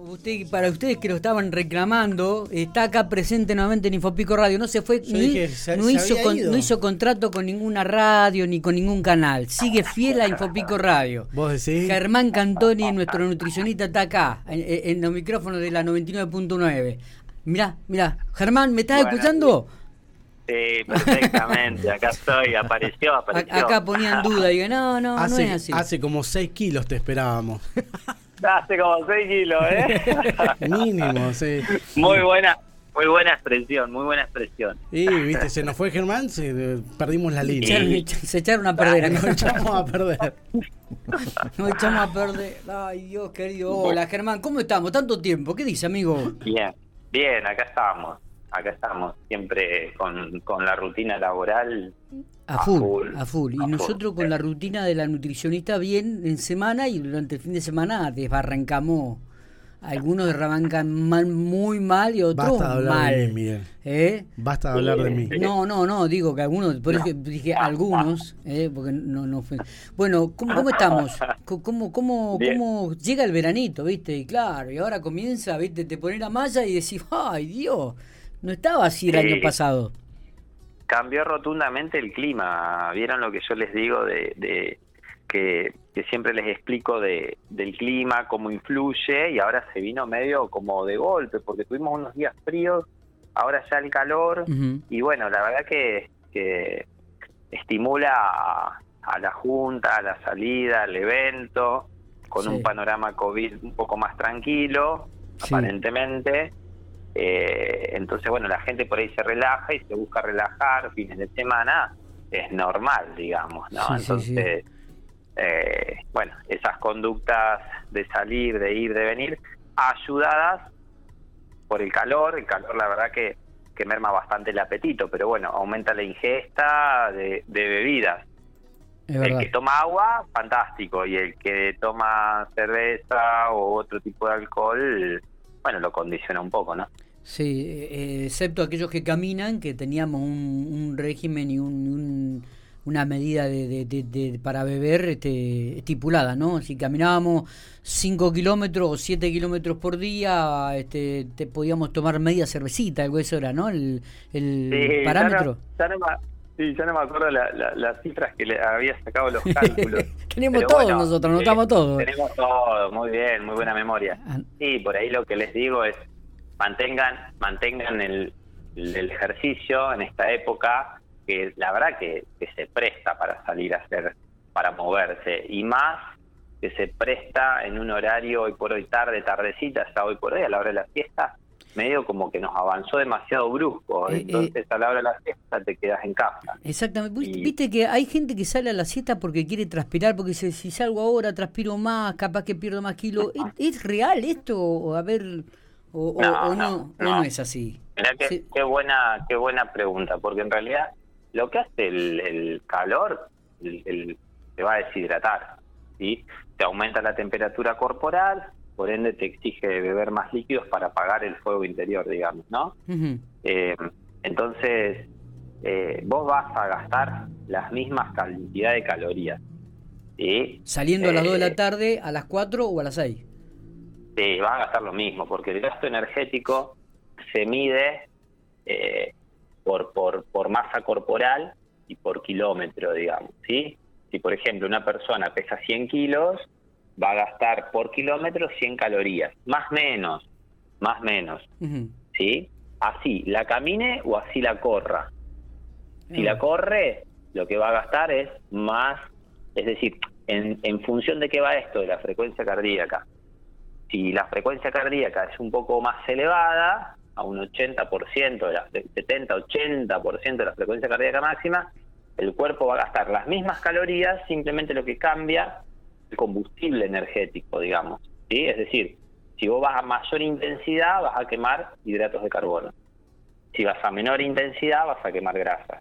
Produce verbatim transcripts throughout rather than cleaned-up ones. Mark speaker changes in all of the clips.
Speaker 1: usted, para ustedes que lo estaban reclamando, está acá presente nuevamente en Infopico Radio. No se fue, ni,
Speaker 2: dije, se,
Speaker 1: no,
Speaker 2: se
Speaker 1: hizo con,
Speaker 2: ido.
Speaker 1: no hizo contrato con ninguna radio ni con ningún canal. Sigue fiel a Infopico Radio.
Speaker 2: ¿Vos decís?
Speaker 1: Germán Cantoni, nuestro nutricionista, está acá, en, en los micrófonos de la noventa y nueve punto nueve. Mirá, mirá. Germán, ¿me estás
Speaker 3: Bueno,
Speaker 1: escuchando?
Speaker 3: Sí, perfectamente, acá estoy, apareció, apareció.
Speaker 1: Acá ponía en duda, digo, no, no,
Speaker 2: hace,
Speaker 1: no es así.
Speaker 2: Hace como seis kilos te esperábamos.
Speaker 3: Hace como seis kilos, ¿eh?
Speaker 2: Mínimo, sí.
Speaker 3: Muy buena, muy buena expresión, muy buena expresión.
Speaker 2: Y, viste, se nos fue Germán, se, eh, perdimos la
Speaker 1: Se
Speaker 2: línea.
Speaker 1: echaron, se echaron a perder acá.
Speaker 2: Nos echamos a perder.
Speaker 1: Nos echamos a perder. Ay, Dios querido. Hola, Germán, ¿cómo estamos? Tanto tiempo. ¿Qué dice, amigo?
Speaker 3: Bien, bien, acá estamos, acá estamos, siempre con, con la rutina laboral.
Speaker 1: A full, a full. Y nosotros con la rutina de la nutricionista bien en semana y durante el fin de semana desbarrancamos. Algunos desbarrancan mal, muy mal y otros
Speaker 2: Basta de hablar
Speaker 1: mal.
Speaker 2: de mí, Miguel.
Speaker 1: ¿Eh?
Speaker 2: Basta de hablar de mí.
Speaker 1: No, no, no, digo que algunos, por eso dije algunos, eh, porque no, no fue. Bueno, ¿cómo, cómo estamos? ¿Cómo, cómo, cómo llega el veranito, viste? Y claro, y ahora comienza, viste, te pones la malla y decís, ay, Dios, no estaba así el
Speaker 3: Sí.
Speaker 1: año pasado.
Speaker 3: Cambió rotundamente el clima. ¿Vieron lo que yo les digo de, de que, que siempre les explico de, del clima, cómo influye? Y ahora se vino medio como de golpe, porque tuvimos unos días fríos, ahora ya el calor,
Speaker 1: Uh-huh.
Speaker 3: y bueno, la verdad que, que estimula a, a la junta, a la salida, al evento, con
Speaker 1: Sí.
Speaker 3: un panorama COVID un poco más tranquilo,
Speaker 1: Sí.
Speaker 3: aparentemente. Eh, entonces, bueno, la gente por ahí se relaja y se busca relajar fines de semana, es normal, digamos, ¿no?
Speaker 1: Sí, sí,
Speaker 3: Entonces, eh, bueno, esas conductas de salir, de ir, de venir, ayudadas por el calor, el calor la verdad que, que merma bastante el apetito, pero bueno, aumenta la ingesta de, de bebidas.
Speaker 1: Es
Speaker 3: El
Speaker 1: verdad.
Speaker 3: que toma agua, fantástico, y el que toma cerveza o otro tipo de alcohol, bueno, lo condiciona un poco, ¿no?
Speaker 1: Sí, eh, excepto aquellos que caminan, que teníamos un, un régimen y un, un- una medida de, de- de- de- para beber este, estipulada, ¿no? Si caminábamos cinco kilómetros o siete kilómetros por día, este, te podíamos tomar media cervecita, algo de eso era, ¿no? El, el
Speaker 3: Sí,
Speaker 1: parámetro.
Speaker 3: Ya no, ya no me, sí, ya no me acuerdo la- la- las cifras que le había sacado los cálculos.
Speaker 1: Tenemos
Speaker 3: Pero
Speaker 1: todo
Speaker 3: bueno,
Speaker 1: nosotros,
Speaker 3: eh,
Speaker 1: notamos todo.
Speaker 3: Tenemos todo, muy bien, muy buena memoria.
Speaker 1: Ah.
Speaker 3: Sí, por ahí lo que les digo es mantengan mantengan el, el ejercicio en esta época, que la verdad que, que se presta para salir a hacer, para moverse, y más que se presta en un horario hoy por hoy tarde, tardecita, ya hoy por hoy a la hora de la siesta, medio como que nos avanzó demasiado brusco,
Speaker 1: Eh,
Speaker 3: entonces
Speaker 1: eh,
Speaker 3: a la hora de la siesta te quedas en casa.
Speaker 1: Exactamente. Viste,
Speaker 3: Y-
Speaker 1: viste que hay gente que sale a la siesta porque quiere transpirar, porque dice, si salgo ahora transpiro más, capaz que pierdo más kilos. ¿Es, es real esto? O a ver, o, o-
Speaker 3: No,
Speaker 1: o no,
Speaker 3: no,
Speaker 1: o
Speaker 3: no.
Speaker 1: no es así.
Speaker 3: Mirá qué,
Speaker 1: Sí.
Speaker 3: qué buena qué buena pregunta, porque en realidad lo que hace el, el calor el, el- te va a deshidratar, ¿sí? Te aumenta la temperatura corporal, por ende te exige beber más líquidos para apagar el fuego interior, digamos, ¿no?
Speaker 1: Ujú.
Speaker 3: Eh, entonces, eh, vos vas a gastar las mismas cantidades de calorías, ¿sí?
Speaker 1: Saliendo a las dos de
Speaker 3: Eh,
Speaker 1: la tarde, a las cuatro o a las seis.
Speaker 3: Sí, vas a gastar lo mismo, porque el gasto energético se mide eh, por, por, por masa corporal y por kilómetro, digamos, ¿sí? Si, por ejemplo, una persona pesa cien kilos, va a gastar por kilómetro cien calorías, más menos, más menos,
Speaker 1: Ujú.
Speaker 3: ¿sí? Así la camine o así la corra. Si la corre, lo que va a gastar es más, es decir, en, en función de qué va esto, de la frecuencia cardíaca. Si la frecuencia cardíaca es un poco más elevada, a un ochenta por ciento, de la, de setenta, ochenta por ciento de la frecuencia cardíaca máxima, el cuerpo va a gastar las mismas calorías, simplemente lo que cambia el combustible energético, digamos, ¿sí? Es decir, si vos vas a mayor intensidad, vas a quemar hidratos de carbono. Si vas a menor intensidad, vas a quemar grasas,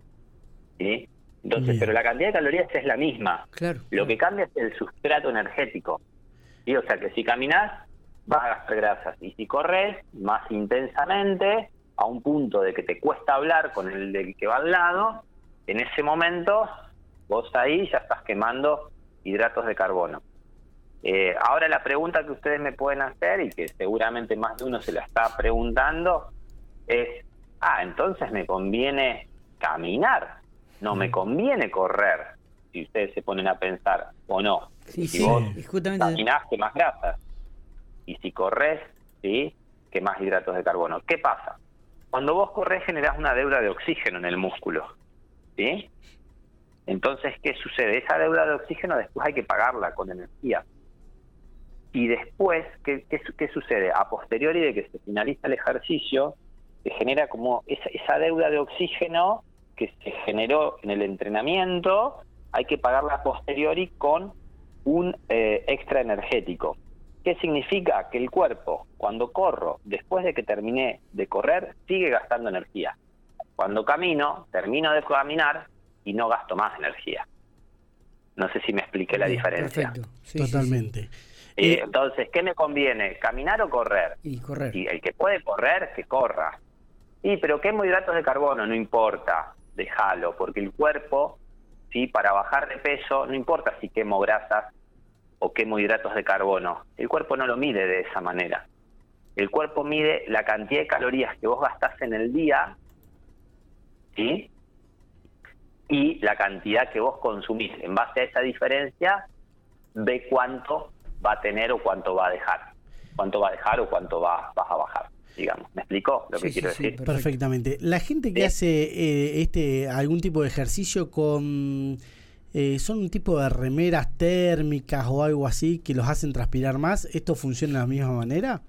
Speaker 3: ¿sí? Entonces,
Speaker 2: Bien.
Speaker 3: pero la cantidad de calorías es la misma.
Speaker 1: Claro.
Speaker 3: Lo que cambia es el sustrato energético, ¿sí? O sea que si caminás, vas a gastar grasas. Y si corres más intensamente, a un punto de que te cuesta hablar con el del que va al lado, en ese momento, vos ahí ya estás quemando hidratos de carbono. Eh, ahora la pregunta que ustedes me pueden hacer, y que seguramente más de uno se la está preguntando, es, ah, entonces me conviene caminar, no me conviene correr, si ustedes se ponen a pensar, o no.
Speaker 1: Sí,
Speaker 3: si
Speaker 1: sí,
Speaker 3: vos
Speaker 1: justamente...
Speaker 3: caminás, quemás grasas, y si corres, ¿sí?, quemás hidratos de carbono. ¿Qué pasa? Cuando vos corres generás una deuda de oxígeno en el músculo, ¿sí? Entonces, ¿qué sucede? Esa deuda de oxígeno después hay que pagarla con energía. Y después, ¿qué, qué, qué sucede? A posteriori de que se finaliza el ejercicio, se genera como esa, esa deuda de oxígeno que se generó en el entrenamiento, hay que pagarla a posteriori con un eh, extra energético. ¿Qué significa? Que el cuerpo, cuando corro, después de que terminé de correr, sigue gastando energía. Cuando camino, termino de caminar y no gasto más energía. No sé si me expliqué la
Speaker 1: Bien,
Speaker 3: diferencia.
Speaker 1: Perfecto. Sí,
Speaker 2: Totalmente.
Speaker 1: sí, sí.
Speaker 3: Eh,
Speaker 2: Eh,
Speaker 3: entonces, ¿qué me conviene? ¿Caminar o correr?
Speaker 1: Y correr.
Speaker 3: Y el que puede correr, que corra. Sí, pero quemo hidratos de carbono, no importa, déjalo, porque el cuerpo, sí, para bajar de peso, no importa si quemo grasas o quemo hidratos de carbono. El cuerpo no lo mide de esa manera. El cuerpo mide la cantidad de calorías que vos gastás en el día, ¿sí?, y la cantidad que vos consumís. En base a esa diferencia, ve cuánto va a tener o cuánto va a dejar. Cuánto va a dejar o cuánto va, vas a bajar, digamos. ¿Me explicó lo
Speaker 1: Sí,
Speaker 3: que
Speaker 1: sí,
Speaker 3: quiero
Speaker 1: sí,
Speaker 3: decir?
Speaker 1: perfecto.
Speaker 2: Perfectamente. La gente que
Speaker 3: Sí.
Speaker 2: hace eh, este algún tipo de ejercicio con... Eh, ¿son un tipo de remeras térmicas o algo así que los hacen transpirar más? ¿Esto funciona de la misma manera?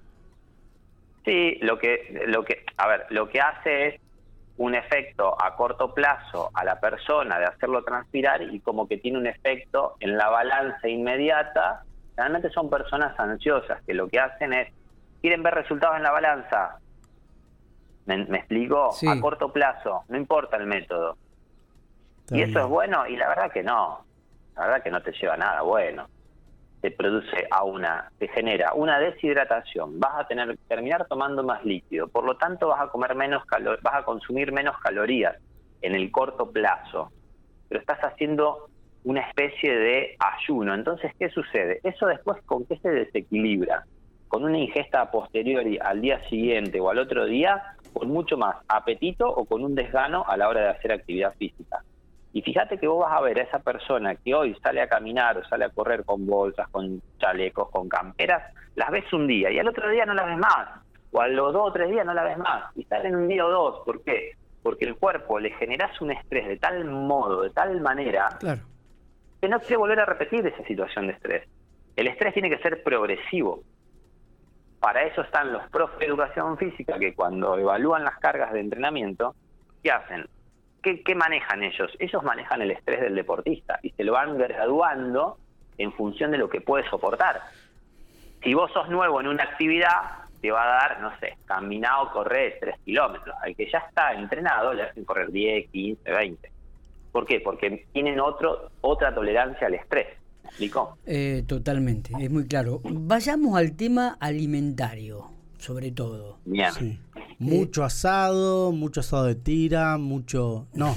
Speaker 3: Sí, lo que, lo que, a ver, lo que hace es un efecto a corto plazo a la persona de hacerlo transpirar y como que tiene un efecto en la balanza inmediata. Realmente son personas ansiosas que lo que hacen es, quieren ver resultados en la balanza. ¿Me, me explico?
Speaker 1: Sí.
Speaker 3: A corto plazo, no importa el método.
Speaker 2: Está
Speaker 3: ¿Y eso
Speaker 2: bien.
Speaker 3: es bueno? Y la verdad que no. La verdad que no te lleva a nada bueno. Te produce a una, te genera una deshidratación. Vas a tener terminar tomando más líquido. Por lo tanto, vas a comer menos calor, vas a consumir menos calorías en el corto plazo. Pero estás haciendo una especie de ayuno. Entonces, ¿qué sucede? Eso después, ¿con qué se desequilibra? Con una ingesta a posteriori al día siguiente o al otro día, con mucho más apetito o con un desgano a la hora de hacer actividad física. Y fíjate que vos vas a ver a esa persona que hoy sale a caminar o sale a correr con bolsas, con chalecos, con camperas, las ves un día y al otro día no las ves más, o a los dos o tres días no las ves más, y salen un día o dos. ¿Por qué? Porque el cuerpo le generas un estrés de tal modo, de tal manera,
Speaker 1: Claro.
Speaker 3: que no quiere volver a repetir esa situación de estrés. El estrés tiene que ser progresivo. Para eso están los profes de educación física que cuando evalúan las cargas de entrenamiento, ¿qué hacen? ¿Qué, ¿Qué manejan ellos? Ellos manejan el estrés del deportista y se lo van graduando en función de lo que puede soportar. Si vos sos nuevo en una actividad, te va a dar, no sé, caminar o correr tres kilómetros. Al que ya está entrenado le hacen correr diez, quince, veinte. ¿Por qué? Porque tienen otro otra tolerancia al estrés. ¿Me explico?
Speaker 1: Eh, totalmente, es muy claro. Vayamos al tema alimentario, sobre todo.
Speaker 3: Bien.
Speaker 2: Sí. Mucho asado, mucho asado de tira, mucho... No,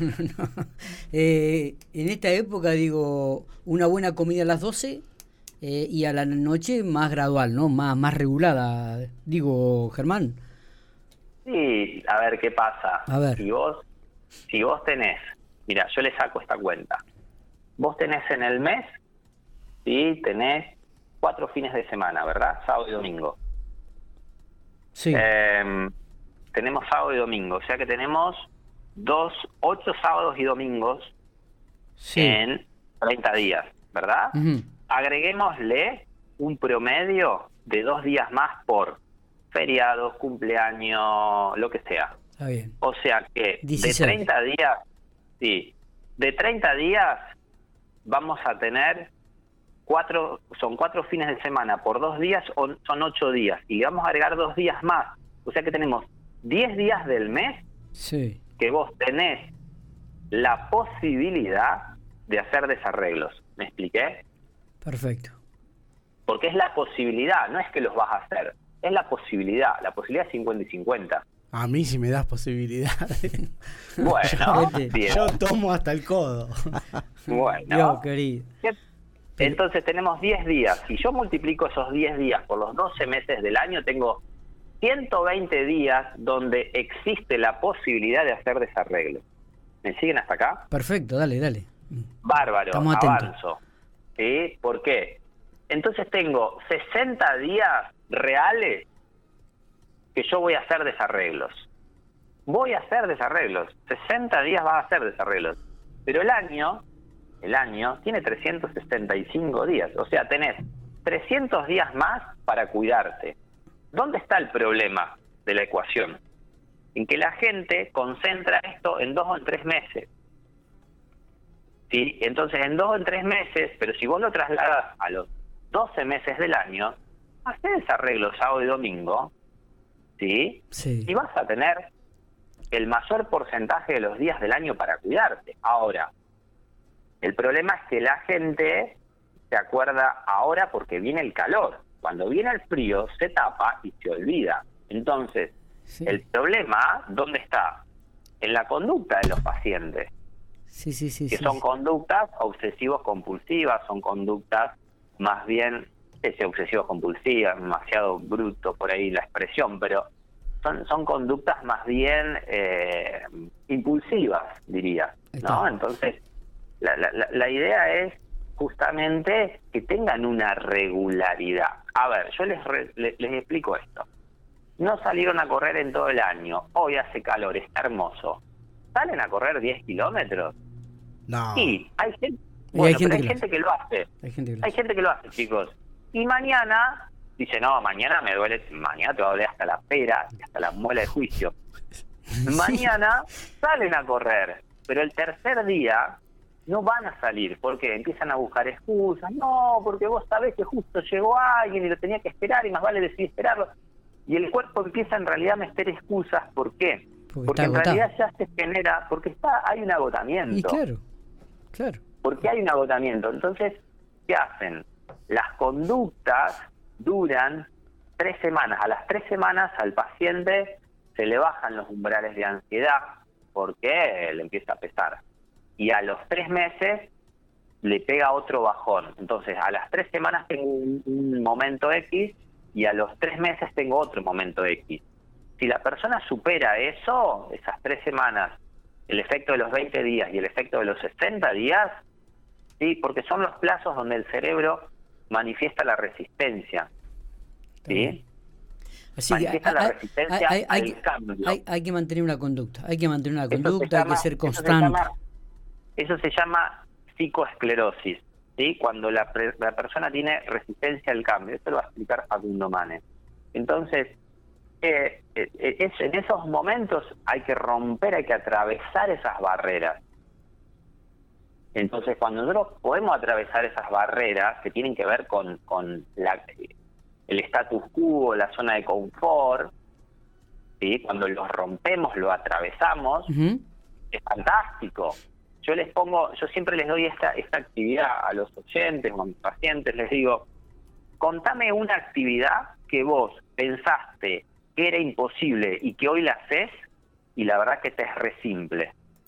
Speaker 1: eh, en esta época, digo, una buena comida a las doce eh, y a la noche más gradual, ¿no? Más, más regulada, digo, Germán.
Speaker 3: Sí, a ver qué pasa.
Speaker 1: A ver.
Speaker 3: Si vos, si vos tenés, mira, yo le saco esta cuenta. Vos tenés en el mes, sí, tenés cuatro fines de semana, ¿verdad? Sábado y domingo.
Speaker 1: Sí,
Speaker 3: Eh, tenemos sábado y domingo, o sea que tenemos dos, ocho sábados y domingos
Speaker 1: sí.
Speaker 3: en treinta días, ¿verdad?
Speaker 1: Ujú.
Speaker 3: Agreguémosle un promedio de dos días más por feriados, cumpleaños, lo que sea.
Speaker 1: Está bien.
Speaker 3: O sea que
Speaker 1: dieciséis.
Speaker 3: de treinta días, sí, de treinta días vamos a tener cuatro, son cuatro fines de semana por dos días, o son ocho días, y vamos a agregar dos días más. O sea que tenemos diez días del mes
Speaker 1: Sí,
Speaker 3: que vos tenés la posibilidad de hacer desarreglos. ¿Me expliqué?
Speaker 1: perfecto.
Speaker 3: Porque es la posibilidad, no es que los vas a hacer, es la posibilidad. La posibilidad es cincuenta y cincuenta.
Speaker 2: a mí si me das posibilidades.
Speaker 3: Bueno,
Speaker 1: Vete.
Speaker 3: bien.
Speaker 2: Yo tomo hasta el codo.
Speaker 3: Bueno,
Speaker 1: Dios querido.
Speaker 3: ¿qué, Entonces tenemos diez días. Si yo multiplico esos diez días por los doce meses del año, tengo ciento veinte días donde existe la posibilidad de hacer desarreglo. ¿Me siguen hasta acá?
Speaker 1: Perfecto, dale, dale.
Speaker 3: Bárbaro,
Speaker 1: Estamos atentos.
Speaker 3: avanzo. ¿Sí? ¿Por qué? Entonces tengo sesenta días reales que yo voy a hacer desarreglos. Voy a hacer desarreglos. sesenta días vas a hacer desarreglos. Pero el año, el año tiene trescientos sesenta y cinco días. O sea, tenés trescientos días más para cuidarte. ¿Dónde está el problema de la ecuación? En que la gente concentra esto en dos o en tres meses. ¿Sí? Entonces, en dos o en tres meses, pero si vos lo trasladas a los doce meses del año, haces desarreglos sábado y domingo, ¿sí?
Speaker 1: Sí.
Speaker 3: Y vas a tener el mayor porcentaje de los días del año para cuidarte. Ahora, el problema es que la gente se acuerda ahora porque viene el calor. Cuando viene el frío, se tapa y se olvida. Entonces,
Speaker 1: Sí.
Speaker 3: el problema, ¿dónde está? En la conducta de los pacientes.
Speaker 1: Sí, sí, sí.
Speaker 3: Que
Speaker 1: sí,
Speaker 3: son
Speaker 1: sí.
Speaker 3: conductas obsesivos-compulsivas, son conductas más bien, ese obsesivos-compulsivas, demasiado bruto por ahí la expresión, pero son, son conductas más bien eh, impulsivas, diría, ¿no? Entonces, la, la, la idea es justamente que tengan una regularidad. A ver, yo les, re, les, les explico esto. No salieron a correr en todo el año, hoy hace calor, está hermoso. ¿Salen a correr diez kilómetros?
Speaker 2: No.
Speaker 3: Sí, hay gente,
Speaker 1: Y
Speaker 3: bueno,
Speaker 1: hay gente
Speaker 3: pero hay
Speaker 1: que lo
Speaker 3: gente que lo hace.
Speaker 1: Hay gente que lo
Speaker 3: Hay
Speaker 1: hace.
Speaker 3: gente que lo hace, chicos. Y mañana, dice, no, mañana me duele, mañana te va a doler hasta la pera, hasta la muela de juicio. Mañana salen a correr, pero el tercer día no van a salir, porque empiezan a buscar excusas. No, porque vos sabés que justo llegó alguien y lo tenía que esperar y más vale decidir esperarlo. Y el cuerpo empieza en realidad a meter excusas. ¿Por qué?
Speaker 1: Porque
Speaker 3: Porque
Speaker 1: está
Speaker 3: en
Speaker 1: agotado.
Speaker 3: realidad ya se genera, porque está hay un agotamiento.
Speaker 1: Y claro, claro.
Speaker 3: Porque hay un agotamiento. Entonces, ¿qué hacen? Las conductas duran tres semanas. A las tres semanas al paciente se le bajan los umbrales de ansiedad porque le empieza a pesar. Y a los tres meses le pega otro bajón. Entonces, a las tres semanas tengo un, un momento X y a los tres meses tengo otro momento X. Si la persona supera eso, esas tres semanas, el efecto de los veinte días y el efecto de los sesenta días, sí, porque son los plazos donde el cerebro manifiesta la resistencia, ¿sí?
Speaker 1: Así que
Speaker 3: Manifiesta
Speaker 1: hay,
Speaker 3: la
Speaker 1: hay-
Speaker 3: resistencia
Speaker 1: hay- hay
Speaker 3: al
Speaker 1: que-
Speaker 3: cambio.
Speaker 1: hay- hay que mantener una conducta, hay que mantener una
Speaker 3: Eso se
Speaker 1: conducta, hay
Speaker 3: llama-
Speaker 1: que ser
Speaker 3: eso se
Speaker 1: constante.
Speaker 3: llama- Eso se llama psicoesclerosis, ¿sí? Cuando la, pre- la persona tiene resistencia al cambio. Esto lo va a explicar Facundo Manes. Entonces, eh, eh, es, en esos momentos hay que romper, hay que atravesar esas barreras. Entonces, cuando nosotros podemos atravesar esas barreras que tienen que ver con, con la, el status quo, la zona de confort, ¿sí? Cuando los rompemos, lo atravesamos,
Speaker 1: Ujú.
Speaker 3: es fantástico. Yo les pongo, yo siempre les doy esta esta actividad a los oyentes o a mis pacientes, les digo, contame una actividad que vos pensaste que era imposible y que hoy la haces y la verdad que te es re simple.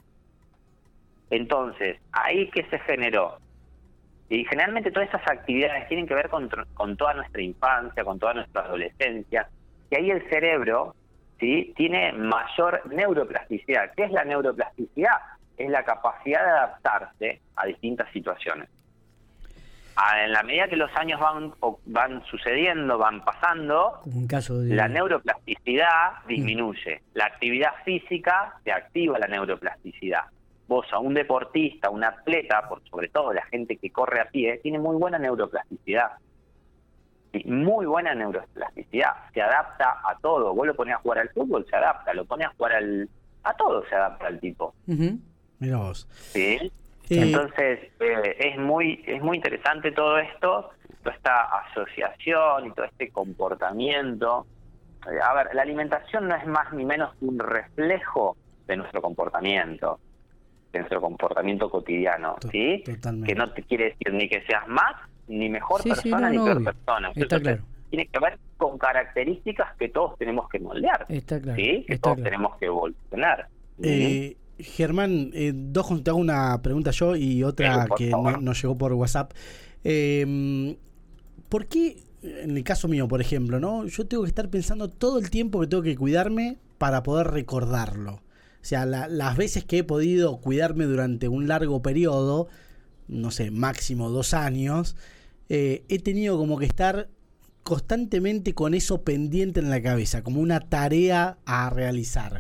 Speaker 3: Entonces, ahí que se generó. Y generalmente todas esas actividades tienen que ver con, con toda nuestra infancia, con toda nuestra adolescencia, y ahí el cerebro, ¿sí?, tiene mayor neuroplasticidad. ¿Qué es la neuroplasticidad? Es la capacidad de adaptarse a distintas situaciones. A, en la medida que los años van o van sucediendo, van pasando,
Speaker 1: Como un caso de...
Speaker 3: la neuroplasticidad disminuye. La actividad física te activa la neuroplasticidad. Vos a un deportista, un atleta, por sobre todo la gente que corre a pie, tiene muy buena neuroplasticidad. Sí, muy buena neuroplasticidad. Se adapta a todo. Vos lo ponés a jugar al fútbol, se adapta. Lo ponés a jugar al... A todo se adapta al tipo.
Speaker 1: Ujú.
Speaker 2: Mira vos.
Speaker 3: ¿Sí?
Speaker 2: Eh,
Speaker 3: Entonces, eh, es muy es muy interesante todo esto, toda esta asociación y todo este comportamiento. Eh, a ver, la alimentación no es más ni menos que un reflejo de nuestro comportamiento, de nuestro comportamiento cotidiano,
Speaker 2: To-
Speaker 3: ¿sí?
Speaker 2: totalmente.
Speaker 3: Que no te quiere decir ni que seas más, ni mejor
Speaker 1: Sí, sí,
Speaker 3: persona,
Speaker 1: no,
Speaker 3: ni
Speaker 1: no,
Speaker 3: peor
Speaker 1: obvio.
Speaker 3: persona.
Speaker 1: Está
Speaker 3: Entonces,
Speaker 1: claro.
Speaker 3: tiene que ver con características que todos tenemos que moldear,
Speaker 1: Está claro.
Speaker 3: ¿sí? Que
Speaker 1: está
Speaker 3: todos
Speaker 1: claro.
Speaker 3: tenemos que evolucionar.
Speaker 2: Eh, Germán, eh, dos, te hago una pregunta yo y otra
Speaker 3: Sí, por
Speaker 2: que
Speaker 3: favor.
Speaker 2: no- nos llegó por WhatsApp. Eh, ¿Por qué, en el caso mío, por ejemplo, ¿no? Yo tengo que estar pensando todo el tiempo que tengo que cuidarme para poder recordarlo? O sea, la, las veces que he podido cuidarme durante un largo periodo, no sé, máximo dos años, eh, he tenido como que estar constantemente con eso pendiente en la cabeza, como una tarea a realizar.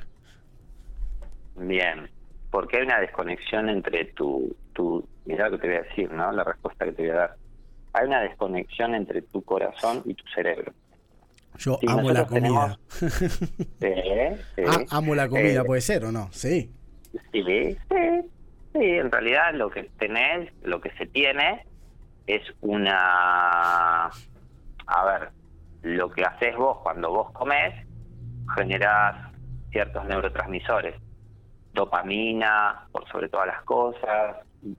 Speaker 3: Bien, porque hay una desconexión entre tu, tu, mirá lo que te voy a decir, ¿no? La respuesta que te voy a dar. Hay una desconexión entre tu corazón y tu cerebro.
Speaker 2: Yo
Speaker 3: Sí,
Speaker 2: amo la comida.
Speaker 3: Tenemos... sí, sí.
Speaker 2: Ah, amo la comida,
Speaker 3: eh,
Speaker 2: puede ser, ¿o no? Sí.
Speaker 3: Sí, sí, sí. En realidad lo que tenés, lo que se tiene, es una... A ver, lo que haces vos cuando vos comés, generás ciertos neurotransmisores. Dopamina, por sobre todas las cosas,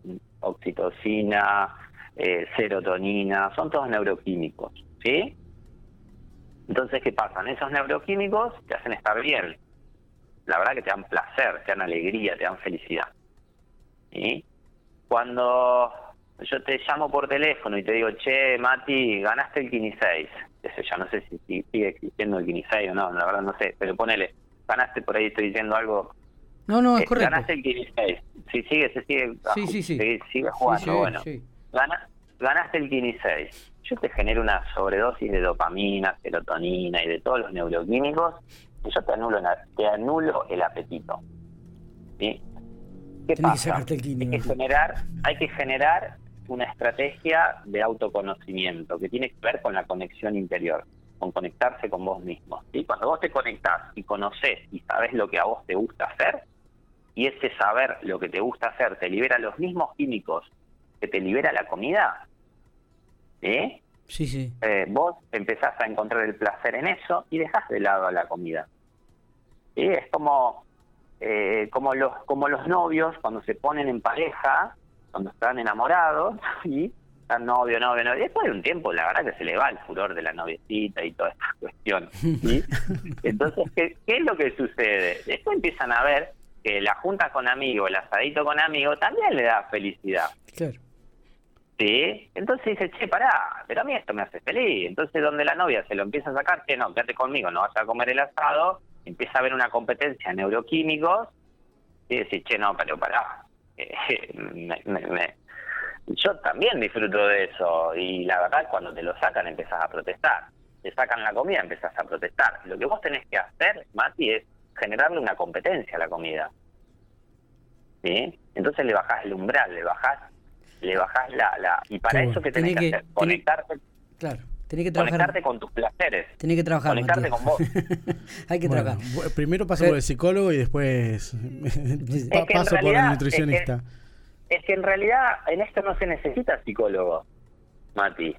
Speaker 3: oxitocina, eh, serotonina, son todos neuroquímicos, ¿sí? Entonces, ¿qué pasa? Esos neuroquímicos te hacen estar bien. La verdad que te dan placer, te dan alegría, te dan felicidad. ¿Sí? Cuando yo te llamo por teléfono y te digo, che, Mati, ganaste el Kini seis. Eso ya no sé si sigue existiendo el Kini seis o no, la verdad no sé, pero ponele, ganaste por ahí, estoy diciendo algo.
Speaker 1: No, no, es
Speaker 3: eh,
Speaker 1: correcto.
Speaker 3: Ganaste el Kini seis. Si sigue, se sigue,
Speaker 1: Sí, sí, sí.
Speaker 3: sigue, sigue jugando,
Speaker 1: Sí, sí,
Speaker 3: bueno.
Speaker 1: sí.
Speaker 3: Gana, ganaste el Kini seis. Yo te genero una sobredosis de dopamina, serotonina y de todos los neuroquímicos, y yo te anulo, te anulo el apetito. ¿Sí? ¿Qué
Speaker 1: Tenés que
Speaker 3: pasa?
Speaker 1: sacarte el Kini,
Speaker 3: hay que
Speaker 1: ¿no?
Speaker 3: generar, hay que generar una estrategia de autoconocimiento que tiene que ver con la conexión interior, con conectarse con vos mismo. ¿Sí? Cuando vos te conectás y conocés y sabés lo que a vos te gusta hacer, y ese saber lo que te gusta hacer te libera los mismos químicos que te libera la comida, ¿sí?
Speaker 1: Sí, sí.
Speaker 3: Eh, vos empezás a encontrar el placer en eso y dejás de lado la comida. ¿Sí? Es como eh, como los como los novios cuando se ponen en pareja, cuando están enamorados, y están novio, novio, novio. Después de un tiempo, la verdad que se le va el furor de la noviecita y toda esta cuestión. ¿Sí? Entonces, ¿qué, ¿qué es lo que sucede? Después empiezan a ver que la junta con amigos, el asadito con amigos, también le da felicidad.
Speaker 1: Claro.
Speaker 3: ¿Sí? Entonces dice, che, pará, pero a mí esto me hace feliz. Entonces, donde la novia se lo empieza a sacar, che, no, quédate conmigo, no vas a comer el asado, empieza a haber una competencia de neuroquímicos, y decís, che, no, pero pará, eh, me, me, me. yo también disfruto de eso, y la verdad, cuando te lo sacan, empezás a protestar. Te sacan la comida, empezás a protestar. Lo que vos tenés que hacer, Mati, es generarle una competencia a la comida. ¿Sí? Entonces le bajás el umbral, le bajás le bajás la, la y para
Speaker 2: Qué
Speaker 3: eso
Speaker 2: bueno.
Speaker 3: que tenés
Speaker 1: Tenés
Speaker 3: que
Speaker 1: que-
Speaker 3: hacer, conectarte,
Speaker 1: Claro. Tenés que trabajar.
Speaker 3: conectarte con tus placeres,
Speaker 1: Tenés que trabajar,
Speaker 3: conectarte
Speaker 1: Matías.
Speaker 3: con vos.
Speaker 1: Hay que
Speaker 2: Bueno,
Speaker 1: trabajar.
Speaker 2: bu- primero paso
Speaker 1: Pero-
Speaker 2: por el psicólogo y después
Speaker 3: Es
Speaker 2: pa-
Speaker 3: que en
Speaker 2: paso por el
Speaker 3: realidad,
Speaker 2: nutricionista.
Speaker 3: Es que en realidad en esto no se necesita psicólogo, Mati.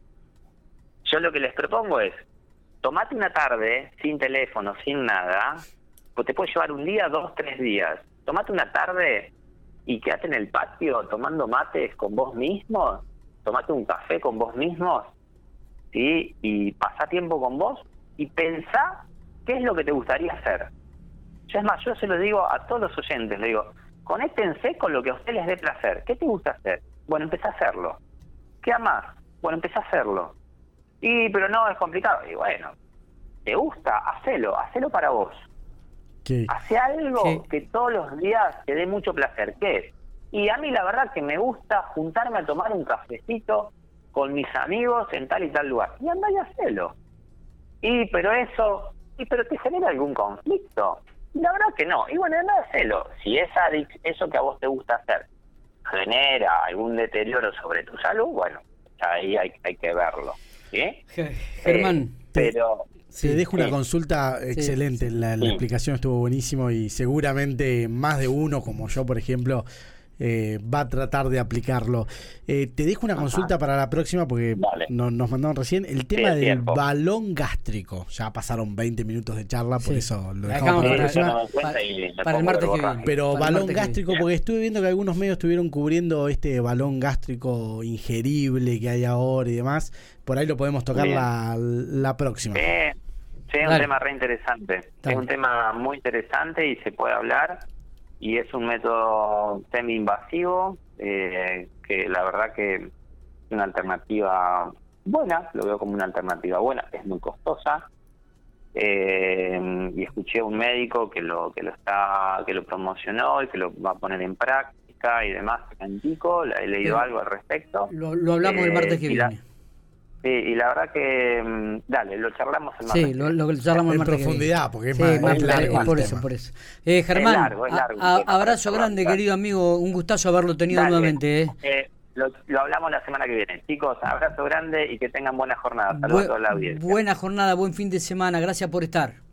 Speaker 3: Yo lo que les propongo es, tomate una tarde, sin teléfono, sin nada, pues te puede llevar un día, dos, tres días. Tomate una tarde y quédate en el patio tomando mates con vos mismo, tomate un café con vos mismos, ¿sí? Y pasá tiempo con vos y pensá qué es lo que te gustaría hacer. Yo es más, yo se lo digo a todos los oyentes, le digo, conéctense con lo que a ustedes les dé placer. ¿Qué te gusta hacer? Bueno, empezá a hacerlo. ¿Qué amás? Bueno, empezá a hacerlo. Y, pero no, es complicado. Y bueno, ¿te gusta? Hacelo, hacelo para vos.
Speaker 2: ¿Qué?
Speaker 3: Hace algo
Speaker 1: Sí.
Speaker 3: que todos los días te dé mucho placer. ¿Qué es? Y a mí la verdad que me gusta juntarme a tomar un cafecito con mis amigos en tal y tal lugar. Y anda y hacelo. Y, pero eso, y pero te genera algún conflicto. Y la verdad que no. Y bueno, anda y hacelo. Si esa adic- eso que a vos te gusta hacer genera algún deterioro sobre tu salud, bueno, ahí hay, hay que verlo. ¿Sí?
Speaker 1: Ge- Germán.
Speaker 3: Eh, pero...
Speaker 2: Te dejo una
Speaker 3: sí.
Speaker 2: consulta excelente, la, la
Speaker 3: Sí.
Speaker 2: explicación estuvo buenísimo y seguramente más de uno, como yo por ejemplo, eh, va a tratar de aplicarlo. Eh, te dejo una
Speaker 3: Ajá.
Speaker 2: consulta para la próxima porque
Speaker 3: Dale.
Speaker 2: no- nos mandaron recién el tema
Speaker 3: es
Speaker 2: del
Speaker 3: tiempo.
Speaker 2: balón gástrico. Ya pasaron veinte minutos de charla, por
Speaker 1: Sí.
Speaker 2: eso lo
Speaker 1: La
Speaker 2: dejamos
Speaker 1: dejamos
Speaker 2: para la
Speaker 1: para-
Speaker 2: próxima.
Speaker 3: Yo no me cuenta
Speaker 1: para-
Speaker 3: y me
Speaker 1: para el
Speaker 3: pongo
Speaker 1: martes que
Speaker 3: verborraje.
Speaker 1: viene.
Speaker 2: Pero
Speaker 1: Para el
Speaker 2: balón
Speaker 1: martes que
Speaker 2: gástrico,
Speaker 3: viene.
Speaker 2: porque estuve viendo que algunos medios estuvieron cubriendo este balón gástrico ingerible que hay ahora y demás. Por ahí lo podemos tocar
Speaker 3: Bien.
Speaker 2: la, la próxima.
Speaker 3: Sí, sí, es un
Speaker 1: Dale.
Speaker 3: tema re interesante.
Speaker 1: Dale.
Speaker 3: Es un tema muy interesante y se puede hablar. Y es un método semi-invasivo eh, que la verdad que una alternativa buena, lo veo como una alternativa buena, es muy costosa. Eh, y escuché a un médico que lo que lo está que lo promocionó y que lo va a poner en práctica y demás en Pico, he leído
Speaker 1: Pero,
Speaker 3: algo al respecto.
Speaker 1: Lo, lo hablamos
Speaker 3: eh,
Speaker 1: el martes que
Speaker 3: y la,
Speaker 1: viene.
Speaker 3: sí, y la verdad que dale, lo charlamos el martes.
Speaker 1: Sí, lo, lo charlamos el
Speaker 2: En
Speaker 1: martes
Speaker 2: profundidad, porque es
Speaker 1: sí,
Speaker 2: más,
Speaker 1: más
Speaker 2: es largo
Speaker 1: eh, por
Speaker 2: el
Speaker 1: eso,
Speaker 2: tema.
Speaker 1: por eso. Eh, Germán,
Speaker 3: es largo, es largo,
Speaker 1: a, a,
Speaker 3: tema,
Speaker 1: abrazo
Speaker 3: para
Speaker 1: grande,
Speaker 3: charlar.
Speaker 1: querido amigo, un gustazo haberlo tenido
Speaker 3: Dale,
Speaker 1: nuevamente. Eh.
Speaker 3: eh, lo, lo hablamos la semana que viene. Chicos, abrazo grande y que tengan buena jornada. Saludos
Speaker 1: Bue,
Speaker 3: a toda la audiencia.
Speaker 1: Buena jornada, buen fin de semana, gracias por estar.